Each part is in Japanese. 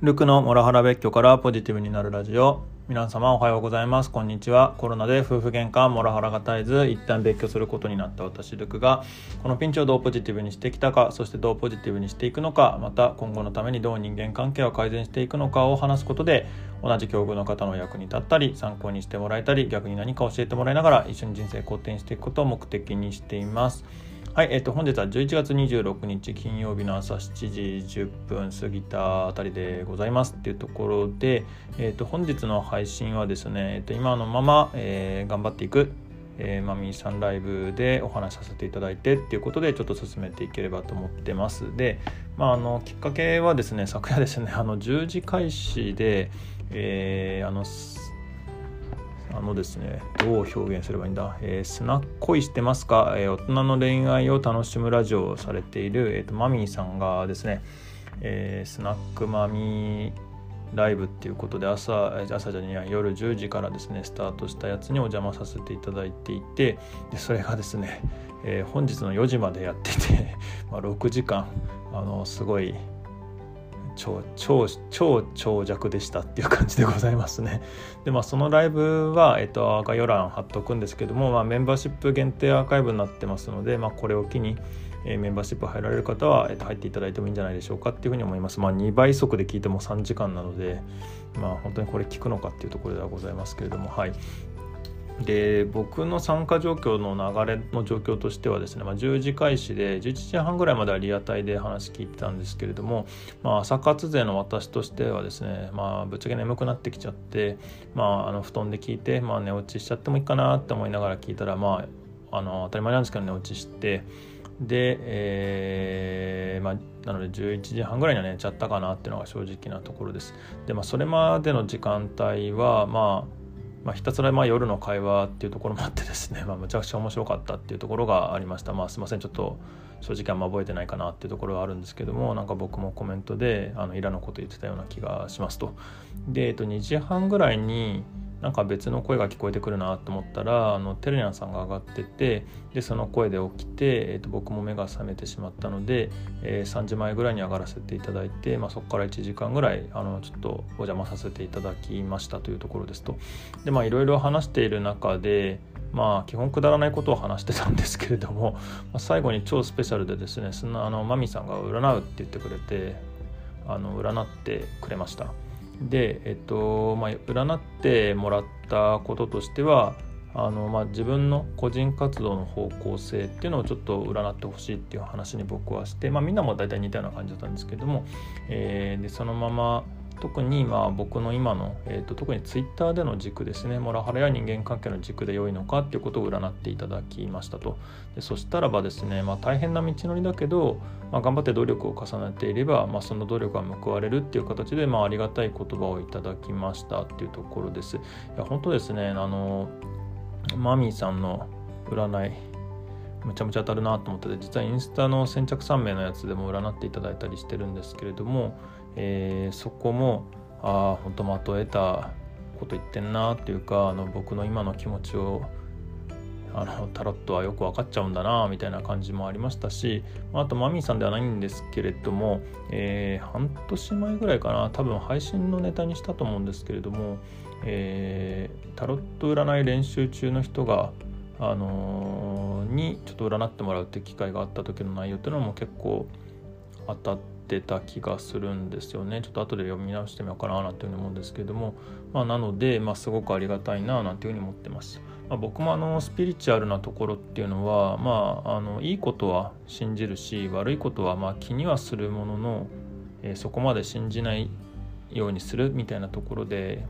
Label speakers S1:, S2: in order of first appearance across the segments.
S1: ルクのモラハラ別居からポジティブになるラジオ。皆様おはようございます。こんにちは。コロナで夫婦喧嘩モラハラが絶えず一旦別居することになった私ルクが、このピンチをどうポジティブにしてきたか、そしてどうポジティブにしていくのか、また今後のためにどう人間関係を改善していくのかを話すことで、同じ境遇の方の役に立ったり参考にしてもらえたり、逆に何か教えてもらいながら一緒に人生好転していくことを目的にしています。はい、本日は11月26日金曜日の朝7時10分過ぎたあたりでございますっていうところで、本日の配信はですね、今のまま、頑張っていく、マミーさんライブでお話しさせていただいてっていうことでちょっと進めていければと思ってます。で、きっかけはですね、昨夜ですね、10時開始で、ですね、どう表現すればいいんだ、スナッ恋してますか、大人の恋愛を楽しむラジオをされている、マミーさんがですね、スナックマミーライブっていうことで朝じゃない夜10時からですねスタートしたやつにお邪魔させていただいていて、でそれがですね、本日の4時までやってて6時間すごい超長尺でしたっていう感じでございますね。でそのライブは、概要欄貼っとくんですけども、メンバーシップ限定アーカイブになってますので、これを機に、メンバーシップ入られる方は、入っていただいてもいいんじゃないでしょうかっていうふうに思います。2倍速で聞いても3時間なので、本当にこれ聞くのかっていうところではございますけれども、はい。で僕の参加状況の流れの状況としてはですね、10時開始で11時半ぐらいまではリアタイで話聞いてたんですけれども、朝活勢の私としてはですね、ぶっちゃけ眠くなってきちゃって、布団で聞いて、寝落ちしちゃってもいいかなって思いながら聞いたら、当たり前なんですけど寝落ちして、で、なので11時半ぐらいには寝ちゃったかなっていうのが正直なところです。で、それまでの時間帯はひたすら夜の会話っていうところもあってですね、むちゃくちゃ面白かったっていうところがありました。すいません、ちょっと正直覚えてないかなっていうところがあるんですけども、僕もコメントでいらぬこと言ってたような気がしますと。で、2時半ぐらいに別の声が聞こえてくるなと思ったらテレニャンさんが上がってて、でその声で起きて、僕も目が覚めてしまったので、3時前ぐらいに上がらせていただいて、そこから1時間ぐらいちょっとお邪魔させていただきましたというところですと。でいろいろ話している中で基本くだらないことを話してたんですけれども、最後に超スペシャルでですね、マミさんが占うって言ってくれて占ってくれました。で、占ってもらったこととしては自分の個人活動の方向性っていうのをちょっと占ってほしいっていう話に僕はして、みんなも大体似たような感じだったんですけども、でそのまま特に僕の今の、特にツイッターでの軸ですね、モラハラや人間関係の軸で良いのかっていうことを占っていただきましたと。でそしたらばですね、大変な道のりだけど、頑張って努力を重ねていれば、その努力が報われるっていう形で、ありがたい言葉をいただきましたっていうところです。いや本当ですね、マミーさんの占いむちゃむちゃ当たるなと思ってて、実はインスタの先着3名のやつでも占っていただいたりしてるんですけれども、そこも本当的を得たこと言ってんなっていうか、僕の今の気持ちをタロットはよく分かっちゃうんだなみたいな感じもありましたし、あとマミーさんではないんですけれども、半年前ぐらいかな、多分配信のネタにしたと思うんですけれども、タロット占い練習中の人がにちょっと占ってもらうって機会があった時の内容っていうのも結構当たってた気がするんですよね。ちょっと後で読み直してみようかななんていうふうに思うんですけれども、なので、すごくありがたいななんていうふうに思ってます。僕もスピリチュアルなところっていうのはいいことは信じるし、悪いことは気にはするものの、そこまで信じないようにするみたいなところで、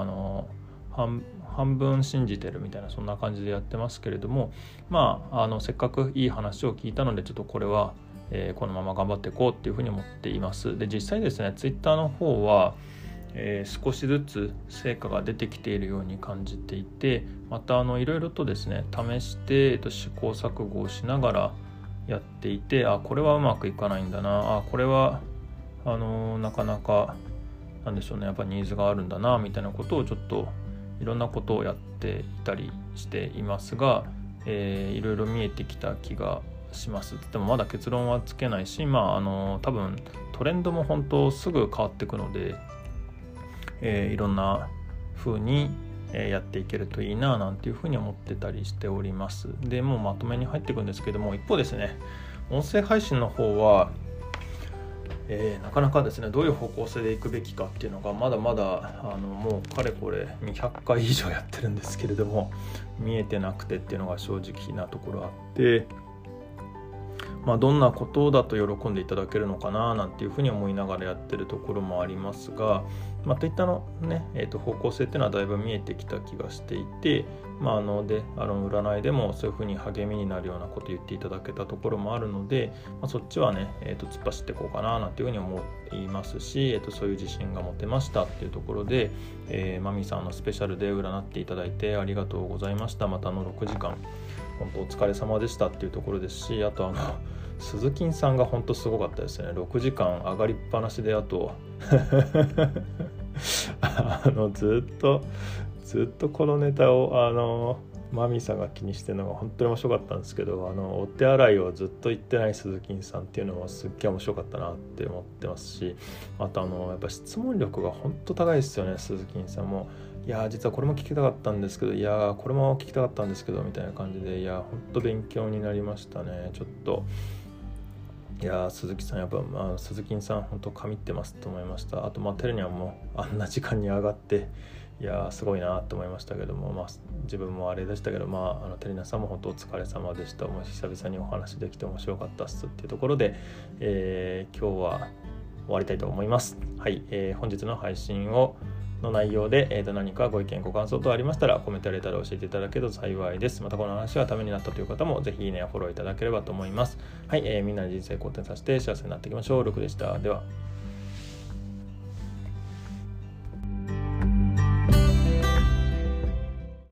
S1: 半分信じてるみたいな、そんな感じでやってますけれども、せっかくいい話を聞いたので、ちょっとこれは、このまま頑張っていこうっていうふうに思っています。で実際ですね、ツイッターの方は、少しずつ成果が出てきているように感じていて、またいろいろとですね試して、試行錯誤をしながらやっていて、これはうまくいかないんだな、これはなかなかなんでしょうね、やっぱニーズがあるんだなみたいなことをちょっといろんなことをやっていたりしていますが、いろいろ見えてきた気がしますでもまだ結論はつけないし、多分トレンドも本当すぐ変わっていくので、いろんな風にやっていけるといいななんていうふうに思ってたりしております。でもうまとめに入っていくんですけども、一方ですね、音声配信の方は、なかなかですねどういう方向性でいくべきかっていうのがまだまだもうかれこれ200回以上やってるんですけれども見えてなくてっていうのが正直なところあって、どんなことだと喜んでいただけるのかななんていうふうに思いながらやってるところもありますが、といったのね、方向性っていうのはだいぶ見えてきた気がしていて、占いでもそういうふうに励みになるようなこと言っていただけたところもあるので、そっちはね、突っ走っていこうかななんていうふうに思いますし、そういう自信が持てましたっていうところで、マミさんのスペシャルで占っていただいてありがとうございました。また6時間本当お疲れ様でしたっていうところですし、あと鈴木さんが本当すごかったですね。6時間上がりっぱなしで、あとずっとこのネタをマミさんが気にしてるのが本当に面白かったんですけど、お手洗いをずっと行ってない鈴木さんっていうのはすっげえ面白かったなって思ってますし、あとやっぱ質問力が本当高いですよね。鈴木さんもいや実はこれも聞きたかったんですけど、いやこれも聞きたかったんですけどみたいな感じで、いや本当勉強になりましたね。ちょっといや鈴木さんやっぱ、鈴木さん本当神ってますと思いました。あとテレニャンもあんな時間に上がっていやすごいなと思いましたけども、自分もあれでしたけど、テレニャンさんも本当お疲れ様でした。久々にお話できて面白かったっすっていうところで、今日は終わりたいと思います。はい、本日の配信の内容で、何かご意見ご感想等ありましたらコメントやレターで教えていただけると幸いです。またこの話がためになったという方もぜひいいねやフォローいただければと思います。はい、みんなで人生好転させて幸せになっていきましょう。ルクでした。では。